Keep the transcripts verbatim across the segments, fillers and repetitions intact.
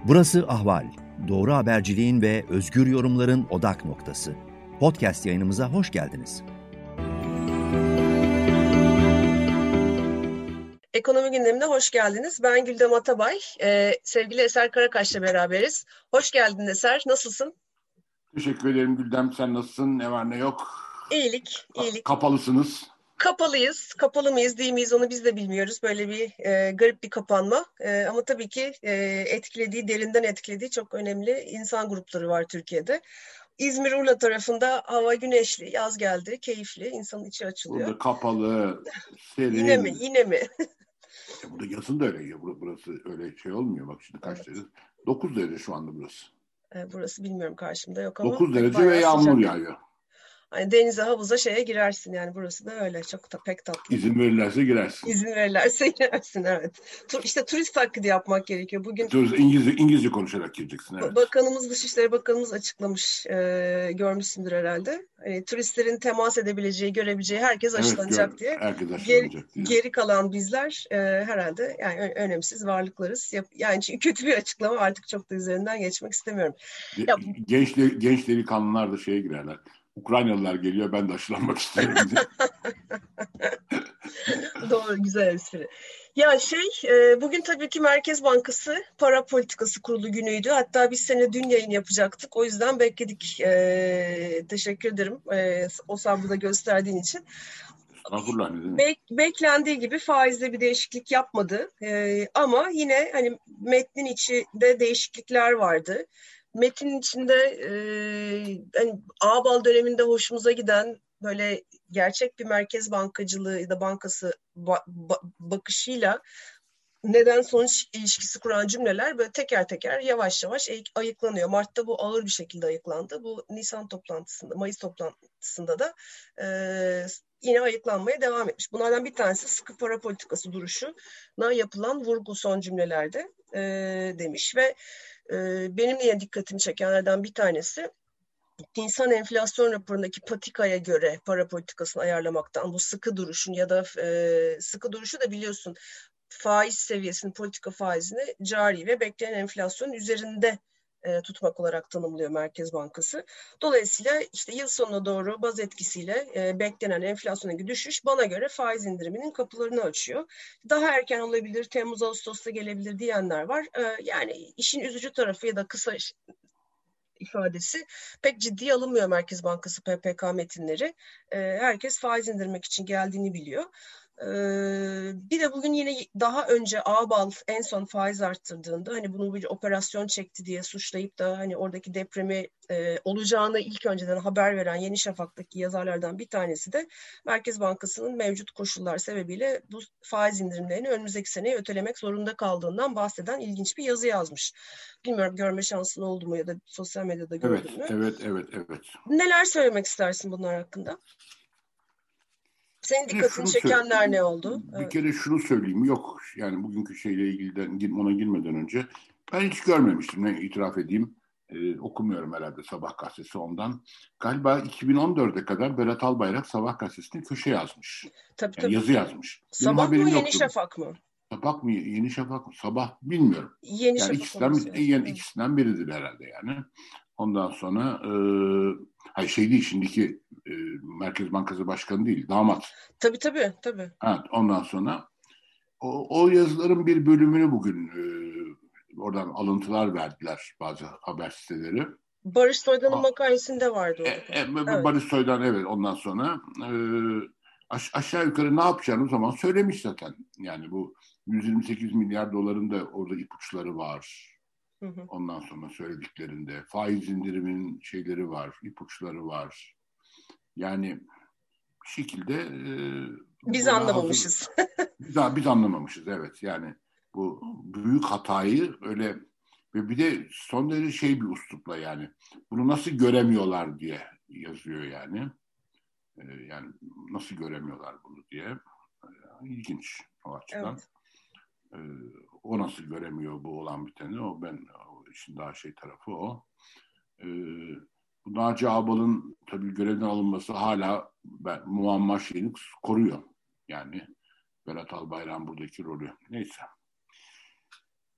Burası Ahval. Doğru haberciliğin ve özgür yorumların odak noktası. Podcast yayınımıza hoş geldiniz. Ekonomi gündemine hoş geldiniz. Ben Güldem Atabay. Ee, sevgili Eser Karakaş'la beraberiz. Hoş geldin Eser. Nasılsın? Teşekkür ederim Güldem. Sen nasılsın? Ne var ne yok? İyilik, iyilik. Kapalısınız. Kapalıyız. Kapalı mıyız, değil miyiz onu biz de bilmiyoruz. Böyle bir e, garip bir kapanma. E, ama tabii ki e, etkilediği, derinden etkilediği çok önemli insan grupları var Türkiye'de. İzmir Urla tarafında hava güneşli, yaz geldi, keyifli, insanın içi açılıyor. Burada kapalı, serin. Yine mi, yine mi? Ya burada yazın da öyle ya. Burası öyle şey olmuyor. Bak şimdi kaç evet. derece? dokuz derece şu anda burası. E, burası bilmiyorum, karşımda yok ama. dokuz derece ve yağmur sıcak. Yağıyor. Hani denize, havuza, şeye girersin yani, burası da öyle çok da pek tatlı. İzin verirlerse girersin. İzin verirlerse girersin, evet. Tur, işte turist taklidi yapmak gerekiyor. Bugün İngilizce, İngilizce konuşarak gireceksin. Evet. Bakanımız, Dışişleri Bakanımız açıklamış, e, görmüşsündür herhalde. Hani, turistlerin temas edebileceği, görebileceği herkes evet, aşılanacak gör, diye. Herkes aşılanacak Geri, diye. Geri kalan bizler e, herhalde yani önemsiz varlıklarız. Yani kötü bir açıklama, artık çok da üzerinden geçmek istemiyorum. Ya, genç, genç delikanlılar da şeye girerler. Ukraynalılar geliyor, ben de aşılanmak istiyorum diye. Doğru, güzel espri. Ya şey, e, bugün tabii ki Merkez Bankası Para Politikası Kurulu günüydü. Hatta biz seninle dün yayın yapacaktık. O yüzden bekledik. E, teşekkür ederim e, o sabrı da gösterdiğin için. Estağfurullah, ne demek? Bek, beklendiği gibi faizde bir değişiklik yapmadı. E, ama yine hani metnin içinde değişiklikler vardı. Metnin içinde e, hani Ağbal döneminde hoşumuza giden böyle gerçek bir merkez bankacılığı ya da bankası ba- ba- bakışıyla neden sonuç ilişkisi kuran cümleler böyle teker teker yavaş yavaş ayıklanıyor. Mart'ta bu ağır bir şekilde ayıklandı. Bu Nisan toplantısında, Mayıs toplantısında da e, yine ayıklanmaya devam etmiş. Bunlardan bir tanesi sıkı para politikası duruşuna yapılan vurgu son cümlelerde e, demiş ve e, benim de dikkatimi çekenlerden bir tanesi, Nisan enflasyon raporundaki patikaya göre para politikasını ayarlamaktan, bu sıkı duruşun ya da e, sıkı duruşu da biliyorsun faiz seviyesini, politika faizini cari ve beklenen enflasyonun üzerinde e, tutmak olarak tanımlıyor Merkez Bankası. Dolayısıyla işte yıl sonuna doğru baz etkisiyle e, beklenen enflasyondaki düşüş bana göre faiz indiriminin kapılarını açıyor. Daha erken olabilir, Temmuz Ağustos'ta gelebilir diyenler var. E, yani işin üzücü tarafı ya da kısa ifadesi, pek ciddiye alınmıyor Merkez Bankası P P K metinleri. E, herkes faiz indirmek için geldiğini biliyor. E, bir de bugün yine daha önce Ağbal en son faiz arttırdığında hani bunu bir operasyon çekti diye suçlayıp da hani oradaki depremi e, olacağını ilk önceden haber veren Yeni Şafak'taki yazarlardan bir tanesi de Merkez Bankası'nın mevcut koşullar sebebiyle bu faiz indirimlerini önümüzdeki seneye ötelemek zorunda kaldığından bahseden ilginç bir yazı yazmış. Bilmiyorum, görme şansın oldu mu ya da sosyal medyada gördün evet, mü? Evet, evet, evet. Neler söylemek istersin bunlar hakkında? Senin dikkatini çekenler söyle. Ne oldu? Bir evet. kere şunu söyleyeyim. Yok, yani bugünkü şeyle ilgili ona girmeden önce ben hiç görmemiştim. Ne itiraf edeyim. Ee, okumuyorum herhalde Sabah gazetesi ondan. Galiba iki bin on dörde kadar Berat Albayrak Sabah gazetesine köşe yazmış. Tabii, yani tabii. Yazı yazmış. Sabah mı, Yeni Şafak mı? Sabah mı, Yeni Şafak mı? Sabah bilmiyorum. Yeni yani Şafak ikisinden, yani evet. ikisinden biridir herhalde yani. Ondan sonra e, hayır şey değil, şimdiki e, Merkez Bankası Başkanı değil, damat. Tabii tabii tabii. Evet, ondan sonra o, o yazıların bir bölümünü bugün e, oradan alıntılar verdiler bazı haber siteleri. Barış Soydan'ın Aa, makalesinde vardı orada. E, e, evet. Barış Soydan evet, ondan sonra e, aş, aşağı yukarı ne yapacağını o zaman söylemiş zaten. Yani bu yüz yirmi sekiz milyar doların da orada ipuçları var. Hı hı. Ondan sonra söylediklerinde faiz indiriminin şeyleri var, ipuçları var. Yani bir şekilde e, biz anlamamışız. Hazır, biz, biz anlamamışız evet. Yani bu büyük hatayı öyle ve bir de son derece şey bir üslupla, yani bunu nasıl göremiyorlar diye yazıyor yani. E, yani nasıl göremiyorlar bunu diye. Yani ilginç o açıdan. Evet. E, o nasıl göremiyor bu olan biteni? O ben o işin daha şey tarafı o. E, bu Naci Ağbal'ın tabii görevden alınması hala ben, muamma şeyini koruyor. Yani Berat Albayrak'ın buradaki rolü. Neyse.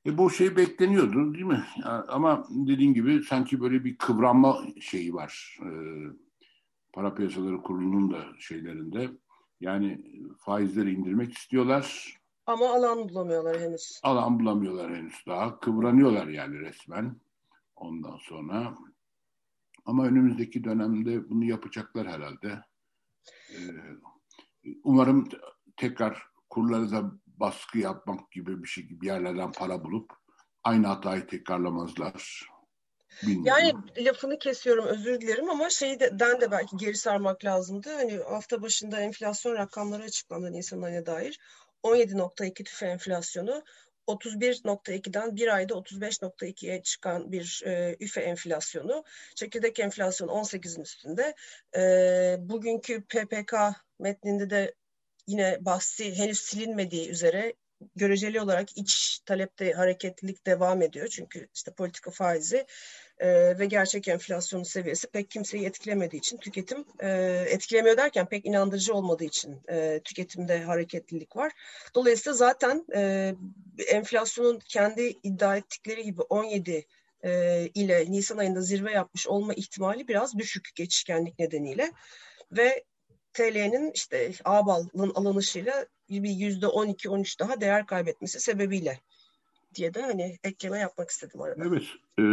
E bu şey bekleniyordu değil mi? Ama dediğin gibi sanki böyle bir kıvranma şeyi var. E, Para Piyasaları Kurulu'nun da şeylerinde. Yani faizleri indirmek istiyorlar. Ama alan bulamıyorlar henüz. Alan bulamıyorlar henüz daha. Kıvranıyorlar yani resmen. Ondan sonra. Ama önümüzdeki dönemde bunu yapacaklar herhalde. E, umarım tekrar kurları da baskı yapmak gibi bir şey gibi yerlerden para bulup aynı hatayı tekrarlamazlar. Bilmiyorum. Yani lafını kesiyorum, özür dilerim ama şeyden de belki geri sarmak lazımdı. Hani hafta başında enflasyon rakamları açıklandı Nisan ayına dair. on yedi nokta iki tüfe enflasyonu, otuz bir nokta ikiden bir ayda otuz beş nokta ikiye çıkan bir e, üfe enflasyonu. Çekirdek enflasyon on sekizin üstünde. E, bugünkü P P K metninde de yine bahsi henüz silinmediği üzere göreceli olarak iç talepte hareketlilik devam ediyor. Çünkü işte politika faizi e, ve gerçek enflasyon seviyesi pek kimseyi etkilemediği için tüketim e, etkilemiyor derken pek inandırıcı olmadığı için e, tüketimde hareketlilik var. Dolayısıyla zaten e, enflasyonun kendi iddia ettikleri gibi on yedi e, ile Nisan ayında zirve yapmış olma ihtimali biraz düşük geçişkenlik nedeniyle ve T L'nin işte A-Bal'ın alınışıyla bir yüzde on iki on üç daha değer kaybetmesi sebebiyle diye de hani ekleme yapmak istedim arada. Evet. E,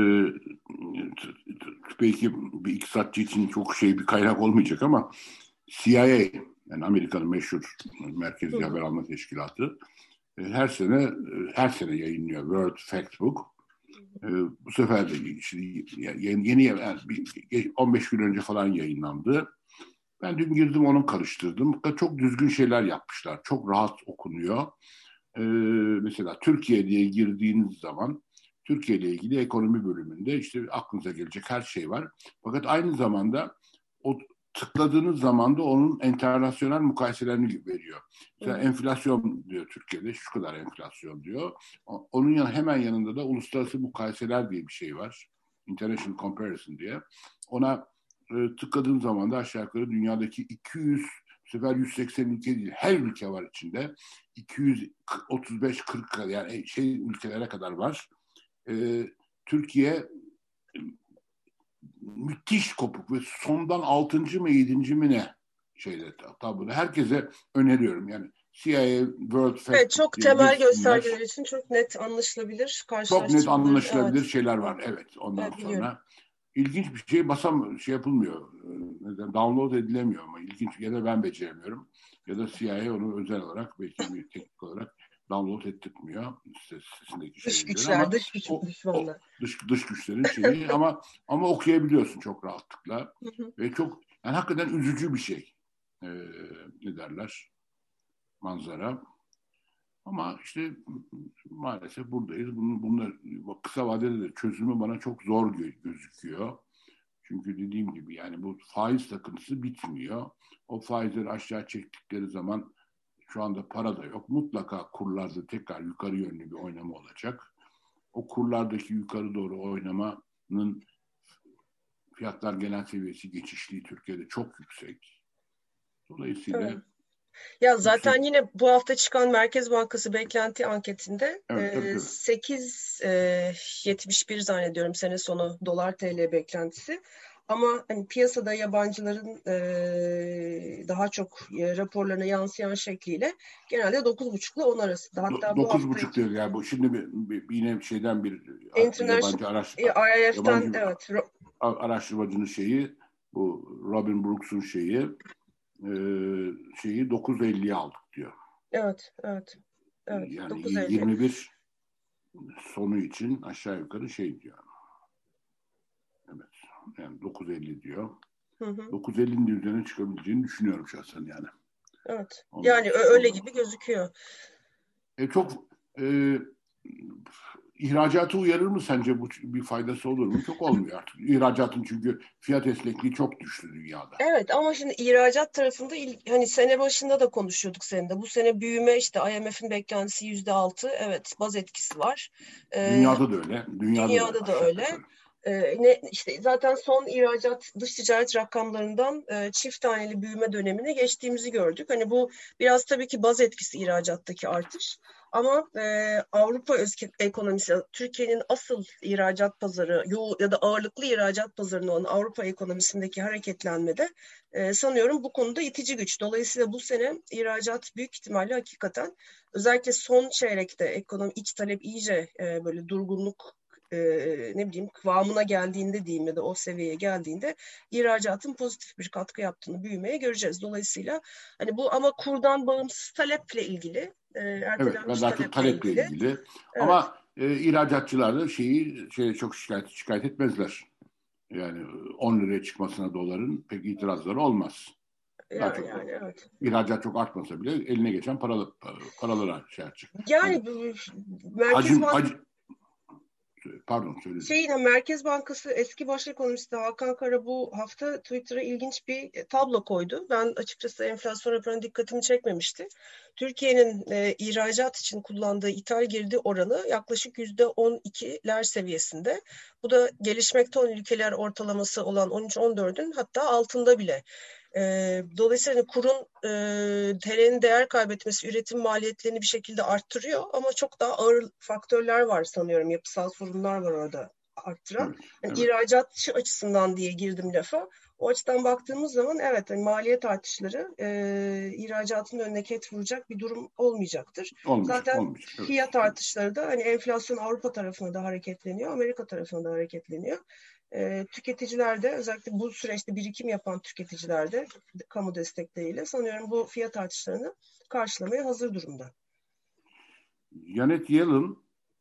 belki bir iktisatçı için çok şey bir kaynak olmayacak ama C I A, yani Amerika'nın meşhur Merkezi Haber Alma Teşkilatı her sene her sene yayınlıyor World Factbook. Bu sefer de işte yeni, yeni yani on beş gün önce falan yayınlandı. Ben dün girdim onun karıştırdım. Çok düzgün şeyler yapmışlar. Çok rahat okunuyor. Ee, mesela Türkiye diye girdiğiniz zaman Türkiye ile ilgili ekonomi bölümünde işte aklınıza gelecek her şey var. Fakat aynı zamanda o tıkladığınız zaman da onun internasyonel mukayeselerini veriyor. Mesela evet. Enflasyon diyor Türkiye'de, şu kadar enflasyon diyor. Onun yan, hemen yanında da uluslararası mukayeseler diye bir şey var. International Comparison diye. Ona e, tıkladığın zaman da aşağı yukarı dünyadaki iki yüz, bu sefer yüz seksen ülke değil, her ülke var içinde. iki yüz otuz beş kırk yani şey ülkelere kadar var. E, Türkiye müthiş kopuk ve sondan altıncı mı yedinci mi ne şeyde tabloda. Herkese öneriyorum yani C I A World Factbook. Evet, çok temel göstergeler için çok net anlaşılabilir. Çok net anlaşılabilir evet. şeyler var. Evet. Ondan evet, sonra biliyorum. ilginç bir şey basam şey yapılmıyor. Neden? Download edilemiyor ama ilginç ya da ben beceremiyorum. Ya da C I A onu özel olarak belki bir teknik olarak download ettirmiyor sitesindeki dış şeyleri güçler, ama dış güç, o, düşmanlar. O, dış, dış güçlerin şeyi ama ama okuyabiliyorsun çok rahatlıkla. Hı hı. Ve çok yani hakikaten üzücü bir şey. Ee, ne derler? Manzara. Ama işte maalesef buradayız. Bunun, bunlar kısa vadede de çözümü bana çok zor gözüküyor. Çünkü dediğim gibi yani bu faiz takıntısı bitmiyor. O faizleri aşağı çektikleri zaman şu anda para da yok. Mutlaka kurlarda tekrar yukarı yönlü bir oynama olacak. O kurlardaki yukarı doğru oynamanın fiyatlar genel seviyesi geçişliği Türkiye'de çok yüksek. Dolayısıyla evet. Ya zaten yüksek... yine bu hafta çıkan Merkez Bankası beklenti anketinde evet, e, tabii, tabii. sekiz yetmiş bir zannediyorum sene sonu dolar T L beklentisi. Ama hani piyasada yabancıların e, daha çok e, raporlarına yansıyan şekliyle genelde dokuz buçukla on arasında. Hatta dokuz buçuk diyor yani bu şimdi bir, bir, yine şeyden bir yabancı araş, I M F'ten evet. araştırmacının şeyi bu Robin Brooks'un şeyi e, şeyi dokuz elliye aldık diyor. Evet, evet. Evet, yani dokuz elli. yirmi bir sonu için aşağı yukarı şey diyor. Evet. Yani dokuz elli diyor. Hı hı. dokuz ellinin de üzerine çıkabileceğini düşünüyorum şahsen yani. Evet. Ondan yani öyle sonra... gibi gözüküyor. E, çok e, ihracatı uyarır mı sence, bu bir faydası olur mu? Çok olmuyor artık. İhracatın çünkü fiyat esnekliği çok düştü dünyada. Evet ama şimdi ihracat tarafında hani sene başında da konuşuyorduk seninle. Bu sene büyüme işte I M F'in beklentisi yüzde altı. Evet, baz etkisi var. Dünyada ee, da öyle. Dünyada, dünyada da, da öyle. Ee, ne işte zaten son ihracat dış ticaret rakamlarından e, çift taneli büyüme dönemine geçtiğimizi gördük. Hani bu biraz tabii ki baz etkisi ihracattaki artış. Ama e, Avrupa özgü ekonomisi, Türkiye'nin asıl ihracat pazarı yo, ya da ağırlıklı ihracat pazarının olan Avrupa ekonomisindeki hareketlenmede e, sanıyorum bu konuda itici güç. Dolayısıyla bu sene ihracat büyük ihtimalle hakikaten özellikle son çeyrekte ekonomi iç talep iyice e, böyle durgunluk e, ne bileyim kıvamına geldiğinde diyeyim ya da o seviyeye geldiğinde ihracatın pozitif bir katkı yaptığını büyümeye göreceğiz. Dolayısıyla hani bu ama kurdan bağımsız taleple ilgili e, Evet, ve ertelenmiş daha çok taleple taleple ilgili. ilgili. Evet. Ama e, ihracatçılar da şeyi şey, çok şikayet, şikayet etmezler. Yani on liraya çıkmasına doların pek itirazları olmaz. Daha Yani, çok yani evet. ihracat çok artmasa bile eline geçen paralı, paralara şey yapacak. Yani bu, Merkez Hacim, Bank hacim, pardon söyledim. Şeyin Merkez Bankası eski baş ekonomisti Hakan Kara bu hafta Twitter'a ilginç bir tablo koydu. Ben açıkçası enflasyon raporuna dikkatimi çekmemişti. Türkiye'nin e, ihracat için kullandığı ithal girdi oranı yaklaşık yüzde on ikiler seviyesinde. Bu da gelişmekte olan ülkeler ortalaması olan on üç on dördün hatta altında bile. E, dolayısıyla kurun e, T L'nin değer kaybetmesi üretim maliyetlerini bir şekilde arttırıyor ama çok daha ağır faktörler var sanıyorum. Yapısal sorunlar var orada arttıran. Evet, Yani evet. ihracatçı açısından diye girdim lafa. O açıdan baktığımız zaman evet yani maliyet artışları e, ihracatın önüne ket vuracak bir durum olmayacaktır. Olmayacak, Zaten olmayacak. Evet, fiyat evet. artışları da hani enflasyon Avrupa tarafına da hareketleniyor, Amerika tarafına da hareketleniyor. E, tüketiciler de özellikle bu süreçte birikim yapan tüketiciler de kamu destekleriyle sanıyorum bu fiyat artışlarını karşılamaya hazır durumda. Janet Yellen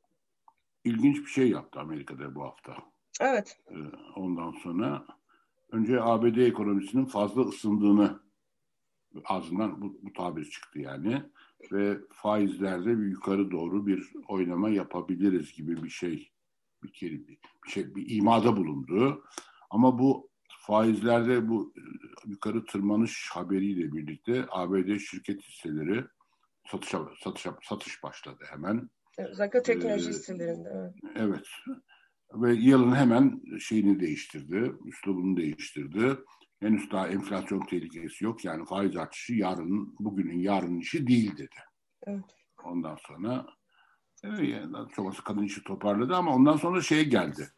ilginç bir şey yaptı Amerika'da bu hafta. Evet. Ondan sonra önce A B D ekonomisinin fazla ısındığını ağzından bu, bu tabir çıktı yani ve faizlerde bir yukarı doğru bir oynama yapabiliriz gibi bir şey bir kelime bir şey bir imada bulundu. Ama bu faizlerde bu yukarı tırmanış haberiyle birlikte A B D şirket hisseleri satışa satışa satış başladı hemen. Özellikle teknoloji Ee, hisselerinde. Evet. evet. Ve Yellen hemen şeyini değiştirdi, üslubunu değiştirdi. Henüz daha enflasyon tehlikesi yok. Yani faiz artışı yarın, bugünün yarının işi değil dedi. Evet. Ondan sonra evet, yani çoğması kadın işi toparladı ama ondan sonra şey geldi.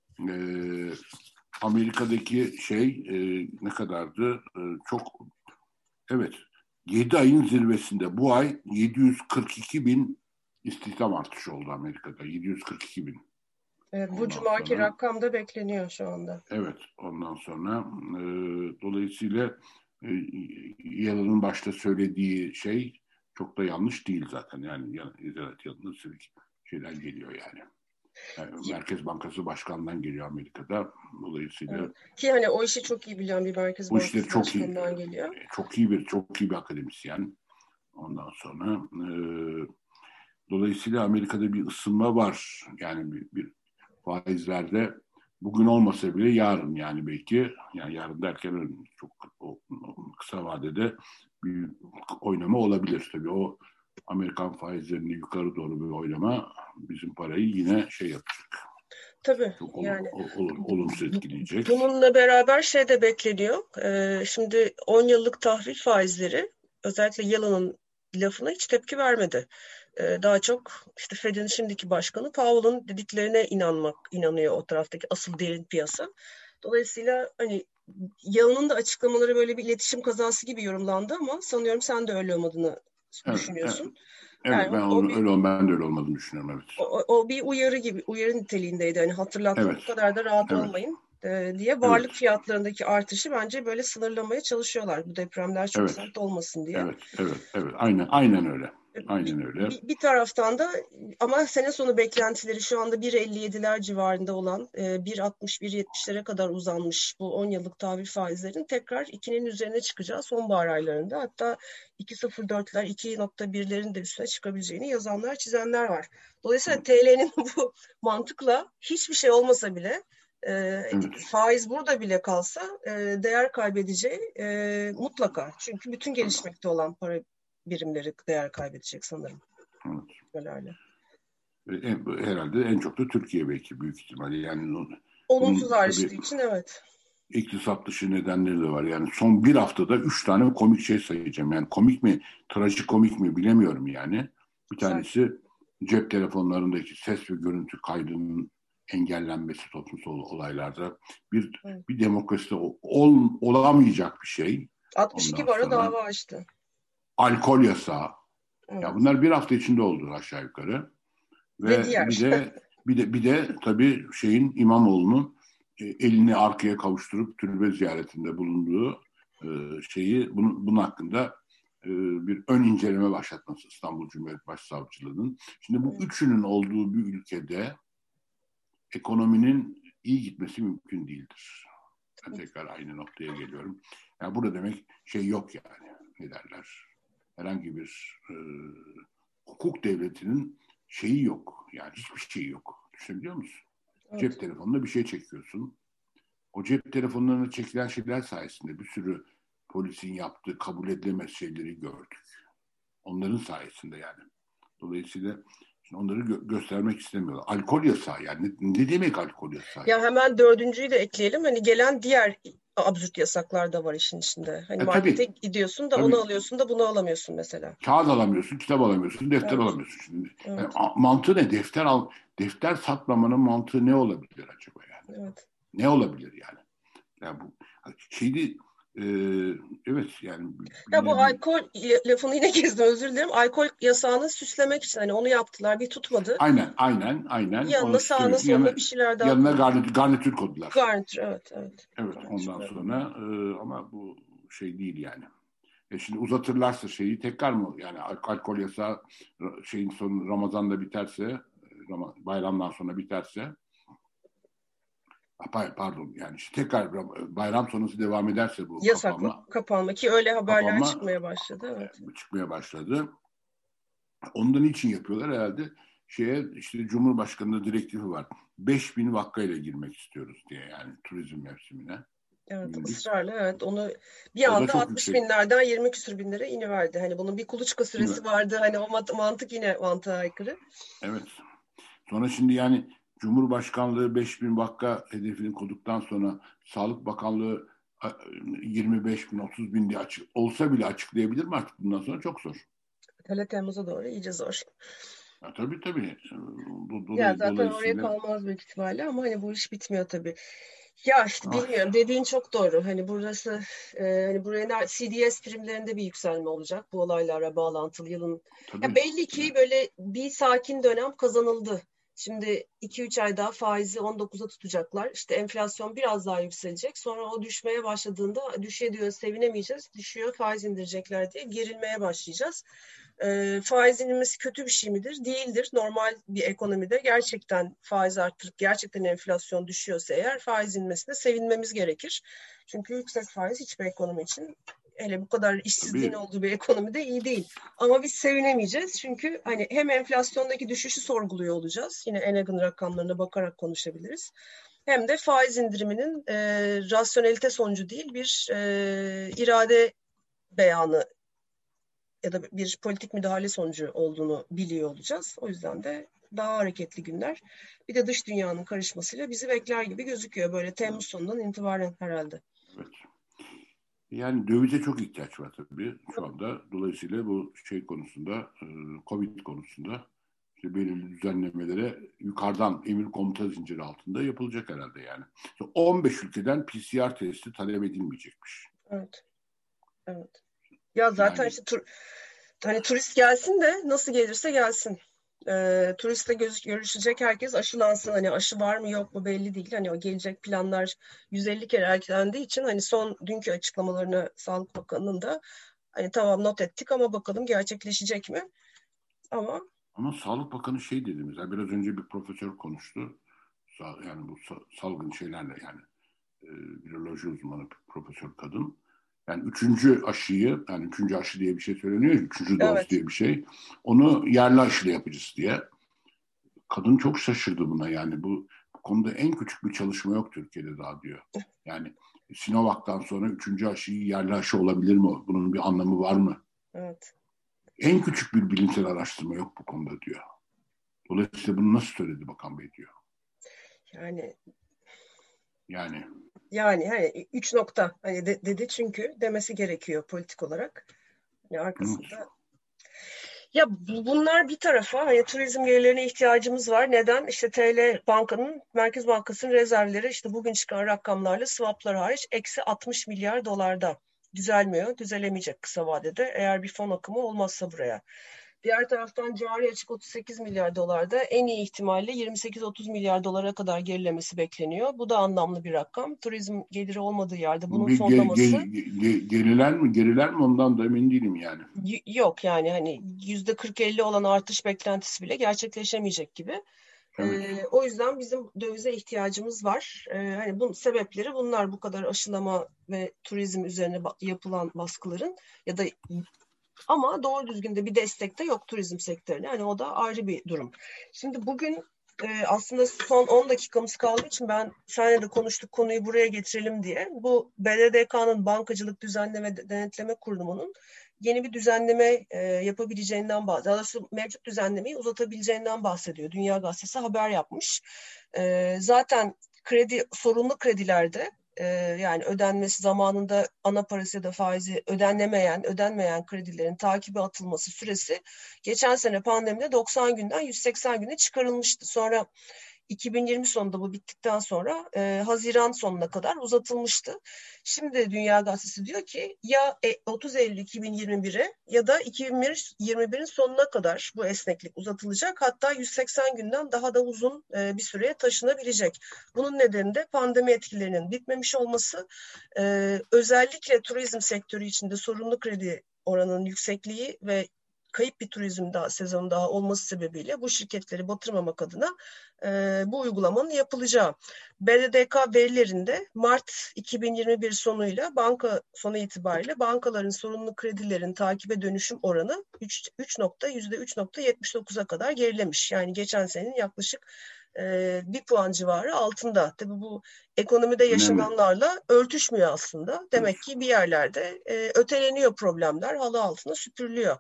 Ee, Amerika'daki şey e, ne kadardı? E, çok evet yedi ayın zirvesinde bu ay yedi yüz kırk iki bin istihdam artışı oldu Amerika'da. yedi yüz kırk iki bin. Evet, bu Ondan cumaki sonra rakam da bekleniyor şu anda. evet ondan sonra e, dolayısıyla e, Yalın'ın başta söylediği şey çok da yanlış değil zaten. Yani evet Yalın'ın şeyden geliyor yani. Yani Merkez Bankası Başkanı'ndan geliyor Amerika'da. Dolayısıyla Evet. Ki hani o işi çok iyi bilen bir Merkez bu işleri Bankası çok iyi Başkanı'ndan geliyor. çok iyi bir çok iyi bir akademisyen. Ondan sonra e, dolayısıyla Amerika'da bir ısınma var. Yani bir, bir faizlerde bugün olmasa bile yarın yani belki yani yarın derken çok o, o kısa vadede bir oynama olabilir. Tabii o Amerikan faizlerinde yukarı doğru bir oynama bizim parayı yine şey yapacak. Tabii Çok olum, yani olum, olumsuz etkileyecek. bununla beraber şey de bekleniyor. Ee, şimdi on yıllık tahvil faizleri özellikle Yellen'ın lafına hiç tepki vermedi. Ee, daha çok işte Fed'in şimdiki başkanı Powell'ın dediklerine inanmak inanıyor o taraftaki asıl derin piyasa. Dolayısıyla hani Yellen'ın da açıklamaları böyle bir iletişim kazası gibi yorumlandı ama sanıyorum sen de öyle olmadığını Evet, evet. düşünüyorsun. Evet Yani ben o, o onun bir öyle ol ben de öyle olmadığını düşünüyorum evet. o, o bir uyarı gibi, uyarı niteliğindeydi. Hani hatırlatma Evet. bu kadar da rahat Evet. olmayın e, diye Evet. varlık fiyatlarındaki artışı bence böyle sınırlamaya çalışıyorlar. Bu depremler çok Evet. sert olmasın diye. Evet. Evet. Evet. Aynen aynen öyle. Bir, Aynen öyle. bir, bir taraftan da ama sene sonu beklentileri şu anda bir elli yediler civarında olan e, bir altmış bir yetmişlere kadar uzanmış bu on yıllık tahvil faizlerin tekrar ikinin üzerine çıkacağı sonbahar aylarında hatta iki virgül sıfır dörtler iki nokta birlerin de üstüne çıkabileceğini yazanlar çizenler var. Dolayısıyla T L'nin bu mantıkla hiçbir şey olmasa bile e, Evet. faiz burada bile kalsa e, değer kaybedeceği e, mutlaka. Çünkü bütün gelişmekte olan para birimleri değer kaybedecek sanırım. Evet. Öyle. En, herhalde en çok da Türkiye belki büyük ihtimalle yani Olumsuz Bunun ayrıştığı tabii için evet. iktisat dışı nedenleri de var. Yani son bir haftada üç tane komik şey sayacağım. Yani komik mi, trajikomik mi bilemiyorum yani. Bir Güzel. tanesi cep telefonlarındaki ses ve görüntü kaydının engellenmesi toplumsal olaylarda. Bir Evet. bir demokraside ol, olamayacak bir şey. altmış iki Ondan bara sonra dava açtı. alkol yasağı. Ya Evet. bunlar bir hafta içinde oldu aşağı yukarı. Ve Ve bir diğer. de bir de bir de tabii şeyin İmamoğlu'nun e, elini arkaya kavuşturup türbe ziyaretinde bulunduğu e, şeyi bunun, bunun hakkında e, bir ön inceleme başlatması İstanbul Cumhuriyet Başsavcılığı'nın. Şimdi bu üçünün olduğu bir ülkede ekonominin iyi gitmesi mümkün değildir. Ben tekrar aynı noktaya geliyorum. Yani burada demek şey yok yani. Ne derler? Herhangi bir e, hukuk devletinin şeyi yok. Yani hiçbir şey yok. Düşünebiliyor musun? Evet. Cep telefonuna bir şey çekiyorsun. O cep telefonlarına çekilen şeyler sayesinde bir sürü polisin yaptığı kabul edilemez şeyleri gördük. Onların sayesinde yani. Dolayısıyla onları gö- göstermek istemiyorlar. Alkol yasağı yani. Ne, ne demek alkol yasağı Ya yani? hemen dördüncüyü de ekleyelim. Hani gelen diğer absürt yasaklar da var işin içinde. Hani E markete tabii. gidiyorsun da onu Tabii. alıyorsun da bunu alamıyorsun mesela. Kağıt alamıyorsun, kitap alamıyorsun, defter Evet. alamıyorsun şimdi. Yani Evet. a- mantığı ne? Defter al, defter satmamanın mantığı ne olabilir acaba yani? Evet. Ne olabilir yani? Yani bu şeydi e, evet yani Ya bu yine bir alkol lafını yine gezdim, özür dilerim. Alkol yasağını süslemek için hani onu yaptılar. Bir tutmadı. aynen aynen aynen onu Yanına süslemek sağına için soluna yanına, bir şeyler daha yanına koydular. garnitür, garnitür koydular. Garnitür, evet, evet. Evet Garnitür ondan koydular. sonra e, ama bu şey değil yani. E şimdi uzatırlarsa şeyi tekrar mı yani al- alkol yasağı şeyin sonu Ramazan'da biterse Ram- bayramdan sonra biterse pardon yani işte tekrar bayram sonrası devam ederse bu Yasaklı kapanma kapanma ki öyle haberler kapanma çıkmaya başladı. Evet. e, çıkmaya başladı. Ondan için yapıyorlar herhalde şeye işte Cumhurbaşkanı'nda direktifi var. beş bin vakkayla girmek istiyoruz diye yani turizm mevsimine. Evet, Günlük. ısrarla evet onu bir O da anda çok altmış yüksek. binlerden yirmi küsür binlere iniverdi. Hani bunun bir kuluçka Değil mi? süresi vardı. Hani o mantık yine mantığa aykırı. Evet. Sonra şimdi yani Cumhurbaşkanlığı beş bin vakka hedefini koyduktan sonra Sağlık Bakanlığı yirmi beş bin otuz bin diye açık, olsa bile açıklayabilir mi artık bundan sonra çok zor. Hele Temmuz'a doğru iyice zor. Ya, tabii tabii. Ya Dolay, zaten oraya dolayısıyla kalmaz büyük ihtimalle ama hani bu iş bitmiyor tabii. Ya işte ay, bilmiyorum, dediğin çok doğru. Hani burası e, hani buraya C D S primlerinde bir yükselme olacak bu olaylara bağlantılı yılın. Ya tabii belli tabii. ki böyle bir sakin dönem kazanıldı. Şimdi iki üç ay daha faizi on dokuza tutacaklar. İşte enflasyon biraz daha yükselecek. Sonra o düşmeye başladığında düşüyor diyor sevinemeyeceğiz. Düşüyor faiz indirecekler diye gerilmeye başlayacağız. E, faiz inmesi kötü bir şey midir? Değildir. Normal bir ekonomide gerçekten faiz arttırıp gerçekten enflasyon düşüyorsa eğer faiz inmesine sevinmemiz gerekir. Çünkü yüksek faiz hiçbir ekonomi için, hele bu kadar işsizliğin Tabii. olduğu bir ekonomide iyi değil. Ama biz sevinemeyeceğiz çünkü hani hem enflasyondaki düşüşü sorguluyor olacağız. Yine Enagan rakamlarına bakarak konuşabiliriz. Hem de faiz indiriminin e, rasyonelite sonucu değil bir e, irade beyanı ya da bir politik müdahale sonucu olduğunu biliyor olacağız. O yüzden de daha hareketli günler. Bir de dış dünyanın karışmasıyla bizi bekler gibi gözüküyor. Böyle Temmuz sonundan itibaren herhalde. Evet. Yani dövize çok ihtiyaç var tabii şu anda. Dolayısıyla bu şey konusunda, Covid konusunda işte belirli düzenlemelere yukarıdan emir komuta zinciri altında yapılacak herhalde yani. on beş ülkeden P C R testi talep edilmeyecekmiş. Evet. Evet. Ya zaten Yani işte tur, hani turist gelsin de nasıl gelirse gelsin. Ee, turistle göz, görüşecek herkes aşılansın. Hani aşı var mı yok mu belli değil. Hani o gelecek planlar yüz elli kere ertelendiği için hani son dünkü açıklamalarını Sağlık Bakanı'nın da hani tamam not ettik ama bakalım gerçekleşecek mi? Ama ama Sağlık Bakanı şey dedi mesela biraz önce bir profesör konuştu. Yani bu salgın şeylerle yani e, viroloji uzmanı profesör kadın. Yani üçüncü aşıyı, yani üçüncü aşı diye bir şey söyleniyor, üçüncü doz evet. diye bir şey. Onu yerli aşıyla yapacağız diye. Kadın çok şaşırdı buna yani bu, bu konuda en küçük bir çalışma yok Türkiye'de daha diyor. Yani Sinovac'tan sonra üçüncü aşıyı yerli aşı olabilir mi? Bunun bir anlamı var mı? Evet. En küçük bir bilimsel araştırma yok bu konuda diyor. Dolayısıyla bunu nasıl söyledi Bakan Bey diyor. Yani Yani. Yani hani üç nokta hani de, dedi çünkü demesi gerekiyor politik olarak. Yani arkasında. Ya bunlar bir tarafa, hani turizm gelirlerine ihtiyacımız var. Neden? İşte T L bankanın, Merkez Bankası'nın rezervleri işte bugün çıkan rakamlarla swaplar hariç eksi altmış milyar dolarda. Düzelmiyor, düzelemeyecek kısa vadede eğer bir fon akımı olmazsa buraya. Diğer taraftan cari açık otuz sekiz milyar dolarda, en iyi ihtimalle yirmi sekiz otuz milyar dolara kadar gerilemesi bekleniyor. Bu da anlamlı bir rakam. Turizm geliri olmadığı yerde bunun Bir ge, ge, fonlaması ge, geriler mi geriler mi ondan da emin değilim yani. y- yok yani hani yüzde kırk elli olan artış beklentisi bile gerçekleşemeyecek gibi. Evet. Ee, o yüzden bizim dövize ihtiyacımız var. Ee, hani bunun sebepleri bunlar, bu kadar aşılama ve turizm üzerine ba- yapılan baskıların ya da ama doğru düzgün de bir destek de yok turizm sektörüne. Yani o da ayrı bir durum. Şimdi bugün e, aslında son on dakikamız kaldığı için ben seninle de konuştuk, konuyu buraya getirelim diye. Bu B D D K'nın, Bankacılık Düzenleme Denetleme Kurulu'nun yeni bir düzenleme e, yapabileceğinden bahsediyor. Daha doğrusu mevcut düzenlemeyi uzatabileceğinden bahsediyor. Dünya Gazetesi haber yapmış. E, zaten kredi sorunlu kredilerde, e, yani ödenmesi zamanında ana parası ya da faizi ödenmeyen, ödenmeyen kredilerin takibe atılması süresi geçen sene pandemide doksan günden yüz seksen güne çıkarılmıştı. Sonra iki bin yirmi sonunda bu bittikten sonra e, Haziran sonuna kadar uzatılmıştı. Şimdi Dünya Gazetesi diyor ki ya otuz Eylül iki bin yirmi bire ya da iki bin yirmi birin sonuna kadar bu esneklik uzatılacak. Hatta yüz seksen günden daha da uzun e, bir süreye taşınabilecek. Bunun nedeni de pandemi etkilerinin bitmemiş olması, e, özellikle turizm sektörü içinde sorunlu kredi oranının yüksekliği ve kayıp bir turizm daha, sezonu daha olması sebebiyle bu şirketleri batırmamak adına e, bu uygulamanın yapılacağı. B D D K verilerinde Mart iki bin yirmi bir sonuyla banka sonu itibariyle bankaların sorunlu kredilerin takibe dönüşüm oranı yüzde üç nokta yetmiş dokuza kadar gerilemiş. Yani geçen senenin yaklaşık e, bir puan civarı altında. Tabii bu ekonomide yaşananlarla örtüşmüyor aslında. Demek ki bir yerlerde e, öteleniyor problemler, halı altına süpürülüyor.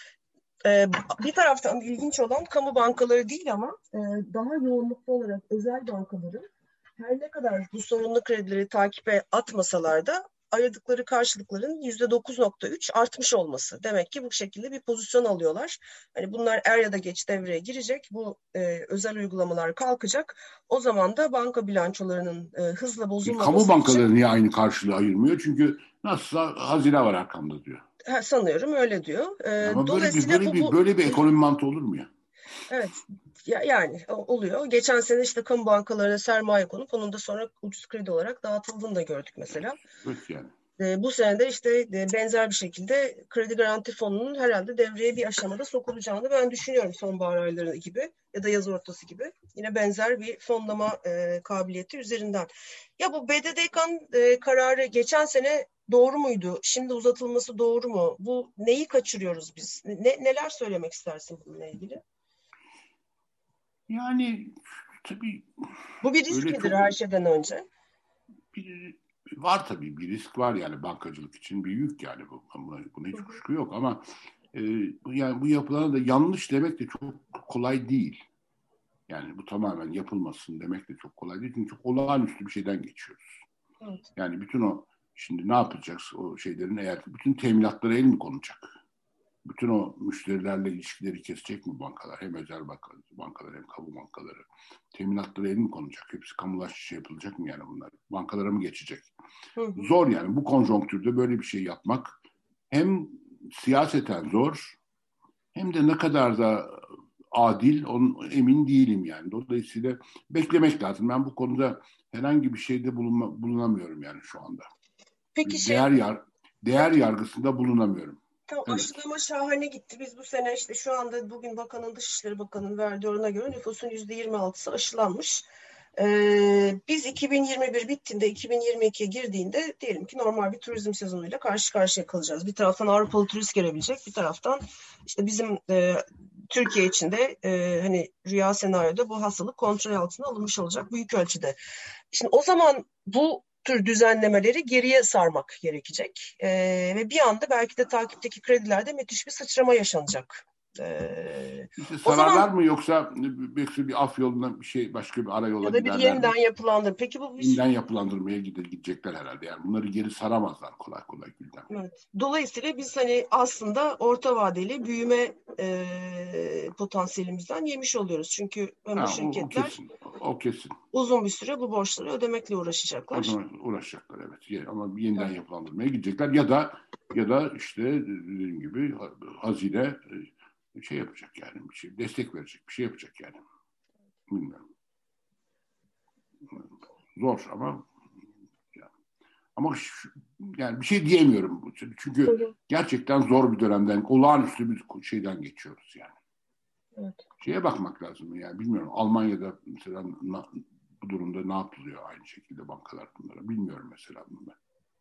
Ee, bir taraftan ilginç olan kamu bankaları değil ama e, daha yoğunluklu olarak özel bankaların her ne kadar bu sorunlu kredileri takibe atmasalar da aradıkları karşılıkların yüzde dokuz nokta üç artmış olması. Demek ki bu şekilde bir pozisyon alıyorlar. Hani bunlar er ya da geç devreye girecek. Bu e, özel uygulamalar kalkacak. O zaman da banka bilançolarının e, hızla bozulmaması Kamu bankaları için... niye aynı karşılığı ayırmıyor? Çünkü nasılsa hazine var arkamda diyor. Ha, sanıyorum öyle diyor. E, Ama böyle bir dolayısıyla böyle bu, bir bu böyle bir ekonomi mantığı olur mu ya? Evet, ya, yani oluyor. Geçen sene işte kamu bankalarına sermaye konup onun da sonra ucuz kredi olarak dağıtıldığını da gördük mesela. Evet yani. E, bu sene de işte e, benzer bir şekilde kredi garanti fonunun herhalde devreye bir aşamada sokulacağını ben düşünüyorum, sonbahar ayları gibi ya da yaz ortası gibi. Yine benzer bir fonlama e, kabiliyeti üzerinden. Ya bu B D D K'nın e, kararı geçen sene doğru muydu? Şimdi uzatılması doğru mu? Bu neyi kaçırıyoruz biz? Ne, neler söylemek istersin bununla ilgili? Yani tabii Bu bir risk öyle midir çok her şeyden önce? bir, var tabii bir risk var yani bankacılık için bir yük yani bu. Buna, buna hiç kuşku yok ama e, yani bu yapılan da yanlış demek de çok kolay değil. Yani bu tamamen yapılmasın demek de çok kolay değil. Çünkü çok olağanüstü bir şeyden geçiyoruz. Evet. Yani bütün o şimdi ne yapacağız o şeylerin eğer bütün teminatlara el mi konacak? Bütün o müşterilerle ilişkileri kesecek mi bankalar? Hem özel bankalar hem kamu bankaları. Teminatlara el mi konacak? Hepsi kamulaştırıcı şey yapılacak mı yani bunlar? Bankalara mı geçecek? Hı hı. Zor yani bu konjonktürde böyle bir şey yapmak hem siyaseten zor hem de ne kadar da adil onun emin değilim yani. Dolayısıyla beklemek lazım. Ben bu konuda herhangi bir şeyde bulunma, bulunamıyorum yani şu anda. Peki şey, Değer yar, değer yargısında bulunamıyorum. tamam, Evet. aşılama şahane gitti. Biz bu sene işte şu anda bugün bakanın, Dışişleri Bakanı'nın verdiği orana göre nüfusun yüzde yirmi altısı aşılanmış. Ee, biz iki bin yirmi bir bittiğinde iki bin yirmi ikiye girdiğinde diyelim ki normal bir turizm sezonuyla karşı karşıya kalacağız. Bir taraftan Avrupalı turist gelebilecek, bir taraftan işte bizim e, Türkiye içinde e, hani rüya senaryoda bu hastalık kontrol altına alınmış olacak büyük ölçüde. Şimdi o zaman bu tür düzenlemeleri geriye sarmak gerekecek. Ee, ve bir anda belki de takipteki kredilerde müthiş bir sıçrama yaşanacak. Ee, İşte o sararlar zaman mı yoksa belki bir af yoluna bir şey başka bir arayola ya da bir giderler mi? yeniden yapılandır. Peki bu bir Yeniden yapılandırmaya gidecekler herhalde. Yani bunları geri saramazlar kolay kolay Gülden. Evet. Dolayısıyla biz hani aslında orta vadeli büyüme e, potansiyelimizden yemiş oluyoruz. Çünkü bu Ha, o, o şirketler kesin. O kesin. uzun bir süre bu borçları ödemekle O uğraşacaklar. zaman uğraşacaklar evet. Ama yeniden Evet. yapılandırmaya gidecekler ya da ya da işte dediğim gibi hazine şey yapacak yani bir şey destek verecek bir şey yapacak yani. Bilmiyorum. Zor ama ama şu, yani bir şey diyemiyorum. Çünkü Hı hı. gerçekten zor bir dönemden, olağanüstü bir şeyden geçiyoruz yani. Evet. Şeye bakmak lazım yani bilmiyorum. Almanya'da mesela na, bu durumda ne yapılıyor aynı şekilde bankalar bunlara bilmiyorum mesela bunlar.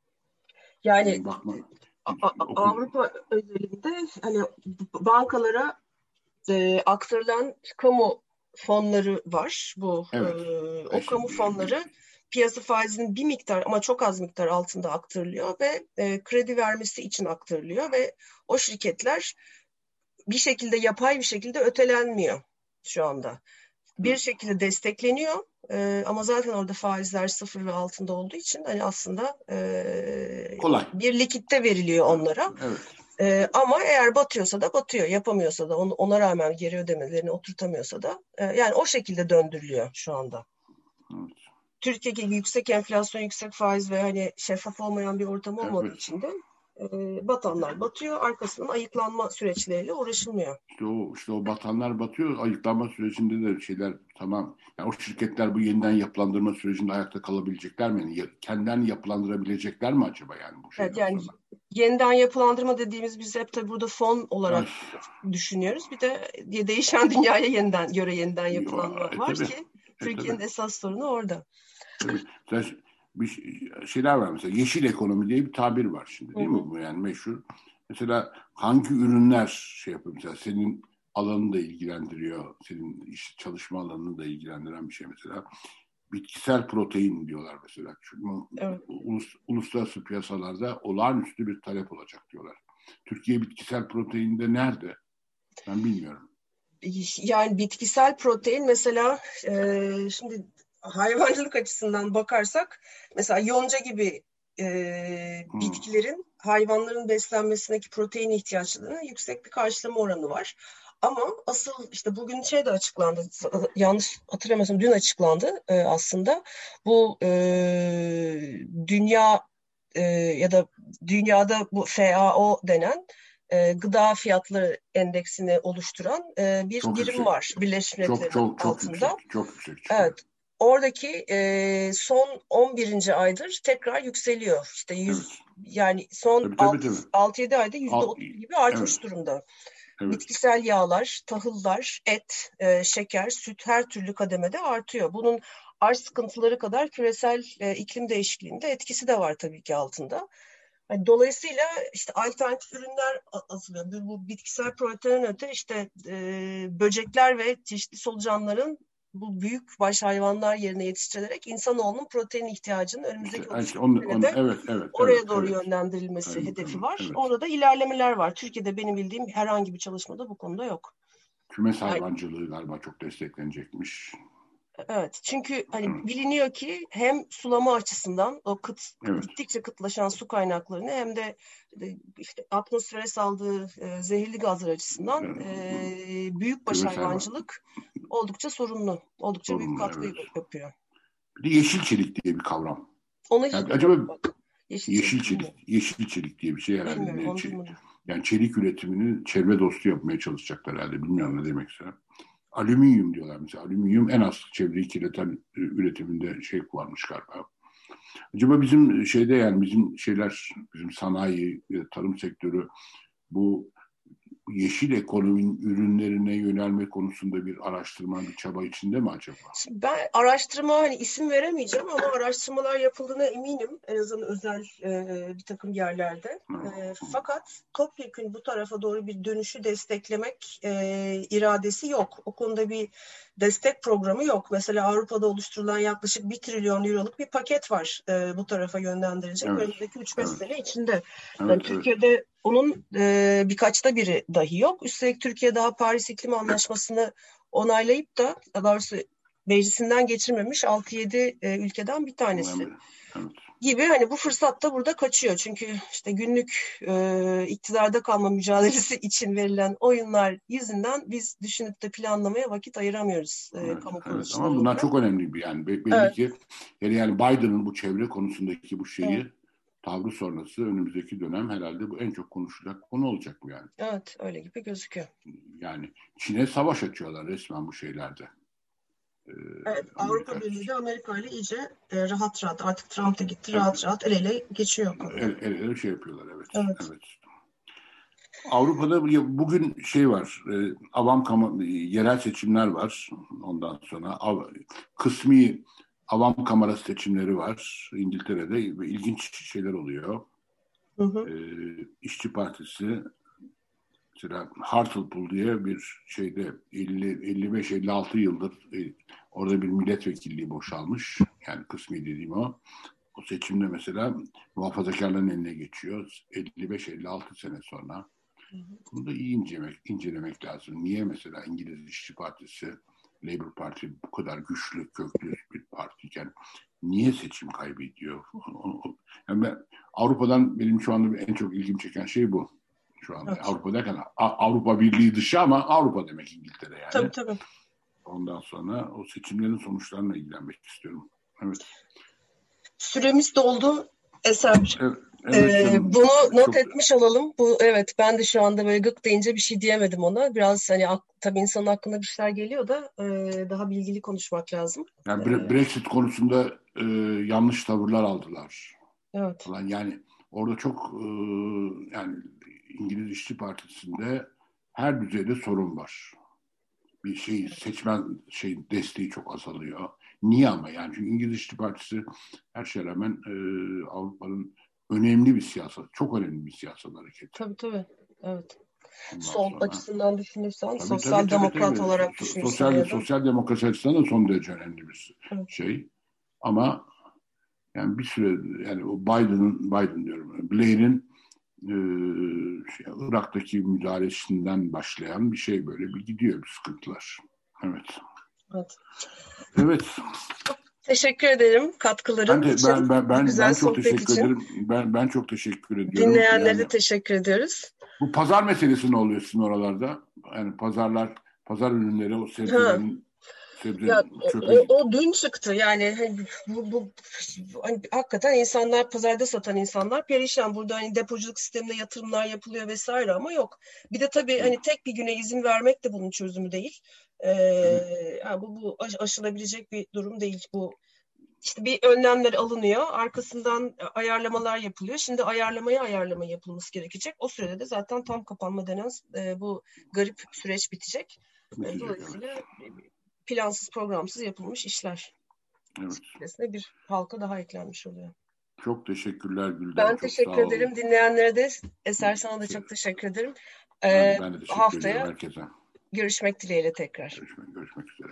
Yani Bakma, A- A- okul. Avrupa özelinde hani bankalara e, aktarılan kamu fonları var. Bu e, Evet. o kamu fonları piyasa faizinin bir miktar ama çok az miktar altında aktarılıyor ve e, kredi vermesi için aktarılıyor ve o şirketler bir şekilde yapay bir şekilde ötelenmiyor şu anda. Bir şekilde destekleniyor e, ama zaten orada faizler sıfır ve altında olduğu için hani aslında e, Kolay. bir likitte veriliyor onlara. Evet. Ee, ama eğer batıyorsa da batıyor, yapamıyorsa da onu, ona rağmen geri ödemelerini oturtamıyorsa da e, yani o şekilde döndürülüyor şu anda. Evet. Türkiye gibi yüksek enflasyon, yüksek faiz ve hani şeffaf olmayan bir ortam olmadığı Evet. için de e, batanlar batıyor, arkasından ayıklanma süreçleriyle uğraşılmıyor. İşte o işte o batanlar batıyor. Ayıklanma sürecinde de şeyler tamam. Yani o şirketler bu yeniden yapılandırma sürecinde ayakta kalabilecekler mi? Yani kendilerini yapılandırabilecekler mi acaba yani bu Evet, şeyden yani sonra? yeniden yapılandırma dediğimiz biz hep tabii burada fon Ay, olarak düşünüyoruz. Bir de değişen dünyaya yeniden göre yeniden yapılanma e, var tabii. ki E, tabii. Türkiye'nin esas sorunu orada. Tabii. Sen, bir şeyler var mesela. Yeşil ekonomi diye bir tabir var şimdi Hı değil mi hı. bu yani meşhur. Mesela hangi ürünler şey yapıyor mesela senin alanını da ilgilendiriyor. Senin iş, çalışma alanını da ilgilendiren bir şey mesela. Bitkisel protein diyorlar mesela. Çünkü Evet. ulus, uluslararası piyasalarda olağanüstü bir talep olacak diyorlar. Türkiye bitkisel proteinde nerede? Ben bilmiyorum. Yani bitkisel protein mesela e, şimdi hayvancılık açısından bakarsak mesela yonca gibi e, Hmm. bitkilerin hayvanların beslenmesindeki protein ihtiyaçlarının yüksek bir karşılama oranı var. Ama asıl işte bugün şey de açıklandı, yanlış hatırlamıyorsam dün açıklandı e, aslında. Bu e, dünya e, ya da dünyada bu F A O denen e, gıda fiyatları endeksini oluşturan e, bir Çok birim yüksek. var Birleşmiş Çok Milletler'in çok çok yüksek. altında. Çok yüksek çıkıyor. Evet. Oradaki e, son on birinci aydır tekrar yükseliyor. İşte Evet. yüz yani son Tabii tabii tabii. altı yedi ayda yüzde Al, otuz gibi evet. artmış durumda. Evet. Bitkisel yağlar, tahıllar, et, e, şeker, süt her türlü kademede artıyor. Bunun arz sıkıntıları kadar küresel e, iklim değişikliğinde etkisi de var tabii ki altında. Yani dolayısıyla işte alternatif ürünler atılıyor. Bu, bu bitkisel protein öte işte e, böcekler ve çeşitli solucanların bu büyük baş hayvanlar yerine yetiştirilerek insanoğlunun protein ihtiyacının önümüzdeki İşte, işte otuz onu, onu, senede evet, evet, evet, oraya doğru evet. yönlendirilmesi Evet, hedefi tamam, var. evet. Orada da ilerlemeler var. Türkiye'de benim bildiğim herhangi bir çalışmada bu konuda yok. Kümes Yani hayvancılığı galiba çok desteklenecekmiş. evet, çünkü hani Evet, biliniyor ki hem sulama açısından o kıt, evet, gittikçe kıtlaşan su kaynaklarını hem de e, işte atmosfere saldığı e, zehirli gazlar açısından e, büyükbaş kümes hayvan hayvancılık oldukça sorunlu, oldukça büyük sorunlu, katkı evet. yapıyor. Bir de yeşil çelik diye bir kavram. Onu hiç Yani acaba duymadım bak. Yeşil yeşil çelik çelik, bilmiyorum. yeşil çelik diye bir şey herhalde. Bilmiyorum, Ne, onu duymadım. yani çelik üretimini çevre dostu yapmaya çalışacaklar herhalde. Bilmiyorum ne Evet. demekse. Alüminyum diyorlar mesela. Alüminyum en az çevreyi kirleten e, üretiminde şey varmış galiba. Acaba bizim şeyde yani bizim şeyler, bizim sanayi, tarım sektörü bu yeşil ekonominin ürünlerini üzerine yönelme konusunda bir araştırma, bir çaba içinde mi acaba? Ben araştırma hani isim veremeyeceğim ama araştırmalar yapıldığına eminim. En azından özel e, bir takım yerlerde. E, fakat topyekün bu tarafa doğru bir dönüşü desteklemek e, iradesi yok. O konuda bir destek programı yok. Mesela Avrupa'da oluşturulan yaklaşık bir trilyon euroluk bir paket var e, bu tarafa yönlendirilecek. Evet. Önümüzdeki üç beş evet. sene içinde. Evet, yani evet. Türkiye'de onun e, birkaçta biri dahi yok. Üstelik Türkiye daha Paris İklim Anlaşması'nı onaylayıp da daha doğrusu meclisinden geçirmemiş altı yedi e, ülkeden bir tanesi. Evet. Gibi hani bu fırsat da burada kaçıyor. Çünkü işte günlük e, iktidarda kalma mücadelesi için verilen oyunlar yüzünden biz düşünüp de planlamaya vakit ayıramıyoruz. E, evet, kamu evet. Ama bunlar olarak. Çok önemli bir yani. Belli evet. ki yani, yani Biden'ın bu çevre konusundaki bu şeyi evet. tavrı sonrası önümüzdeki dönem herhalde bu en çok konuşulacak konu olacak bu yani. Evet öyle gibi gözüküyor. Yani Çin'e savaş açıyorlar resmen bu şeylerde. Ee, evet Amerika. Avrupa Birliği de Amerika ile iyice e, rahat rahat artık Trump da gitti evet. rahat rahat el ele geçiyor. El, el ele şey yapıyorlar evet. Evet. evet. Avrupa'da bugün şey var, e, avam kama, yerel seçimler var. Ondan sonra av, kısmi avam kamerası seçimleri var İngiltere'de ve ilginç şeyler oluyor. Hı hı. E, İşçi Partisi mesela Hartlepool diye bir şeyde elli elli beş elli altı yıldır e, orada bir milletvekilliği boşalmış. Yani kısmi dediğim o. O seçimde mesela muhafazakarların eline geçiyor. elli beş elli altı sene sonra. Bunu da iyi incelemek, incelemek lazım. Niye mesela İngiliz İşçi Partisi, Labour Parti bu kadar güçlü, köklü bir partiyken niye seçim kaybediyor? Yani ben, Avrupa'dan benim şu anda en çok ilgimi çeken şey bu. Şu anda evet. Avrupa derken Avrupa Birliği dışı ama Avrupa demek İngiltere yani. Tabii tabii. Ondan sonra o seçimlerin sonuçlarına ilgilenmek istiyorum. Evet. Süremiz doldu Eser. Evet. Evet, ee, bunu not çok... etmiş olalım. Bu evet ben de şu anda böyle gık deyince bir şey diyemedim ona. Biraz hani tabii insanın aklına bir şeyler geliyor da e, daha bilgili konuşmak lazım. Yani ee, Brexit konusunda e, yanlış tavırlar aldılar. Evet. Falan. Yani orada çok e, yani İngiliz İşçi Partisi'nde her düzeyde sorun var. Bir şey seçmen şey desteği çok azalıyor. Niye ama yani çünkü İngiliz İşçi Partisi her şeye rağmen e, Avrupa'nın önemli bir siyasal, çok önemli bir siyasal hareket. Tabii tabii. Evet. Ondan Sol sonra, açısından düşünürsen, tabii, sosyal tabii, demokrat tabii, tabii. olarak düşünürsen. Sosyal, ya da... sosyal demokrasi açısından da son derece önemli bir evet. şey. Ama yani bir süre yani o Biden'ın, Biden diyorum, Blair'in e, şey, Irak'taki müdahalesinden başlayan bir şey böyle bir gidiyor bir sıkıntılar. Evet. Evet. Evet. Teşekkür ederim katkıların ben de, için. Ben ben ben, güzel ben çok teşekkür için. ederim. Ben ben çok teşekkür ediyorum. Dinleyenlere yani, de teşekkür ediyoruz. Bu pazar meselesi ne oluyor sizin oralarda? Yani pazarlar, pazar ürünleri o sebzelerin sebze ya, o, o dün çıktı yani hani bu, bu hani hakikaten insanlar pazarda satan insanlar perişan. Burada hani depoculuk sisteminde yatırımlar yapılıyor vesaire ama yok. Bir de tabii hani tek bir güne izin vermek de bunun çözümü değil. Ee, yani bu, bu aşılabilecek bir durum değil bu. İşte bir önlemler alınıyor, arkasından ayarlamalar yapılıyor. Şimdi ayarlamaya ayarlama yapılması gerekecek. O sürede de zaten tam kapanma denen e, bu garip süreç bitecek. bitecek Dolayısıyla evet. plansız programsız yapılmış işler. Evet. Dolayısıyla bir halka daha eklenmiş oluyor. Çok teşekkürler Gülden. Ben çok teşekkür ederim. Olun. Dinleyenlere de Eser sana da çok teşekkür ederim. Ee, ben de teşekkür haftaya ediyorum herkese. Görüşmek dileğiyle tekrar. Görüşmek, görüşmek üzere.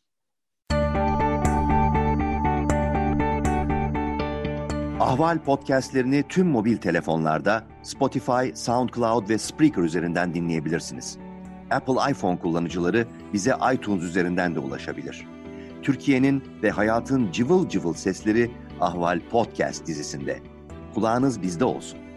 Ahval podcastlerini tüm mobil telefonlarda Spotify, SoundCloud ve Spreaker üzerinden dinleyebilirsiniz. Apple iPhone kullanıcıları bize iTunes üzerinden de ulaşabilir. Türkiye'nin ve hayatın cıvıl cıvıl sesleri Ahval Podcast dizisinde. Kulağınız bizde olsun.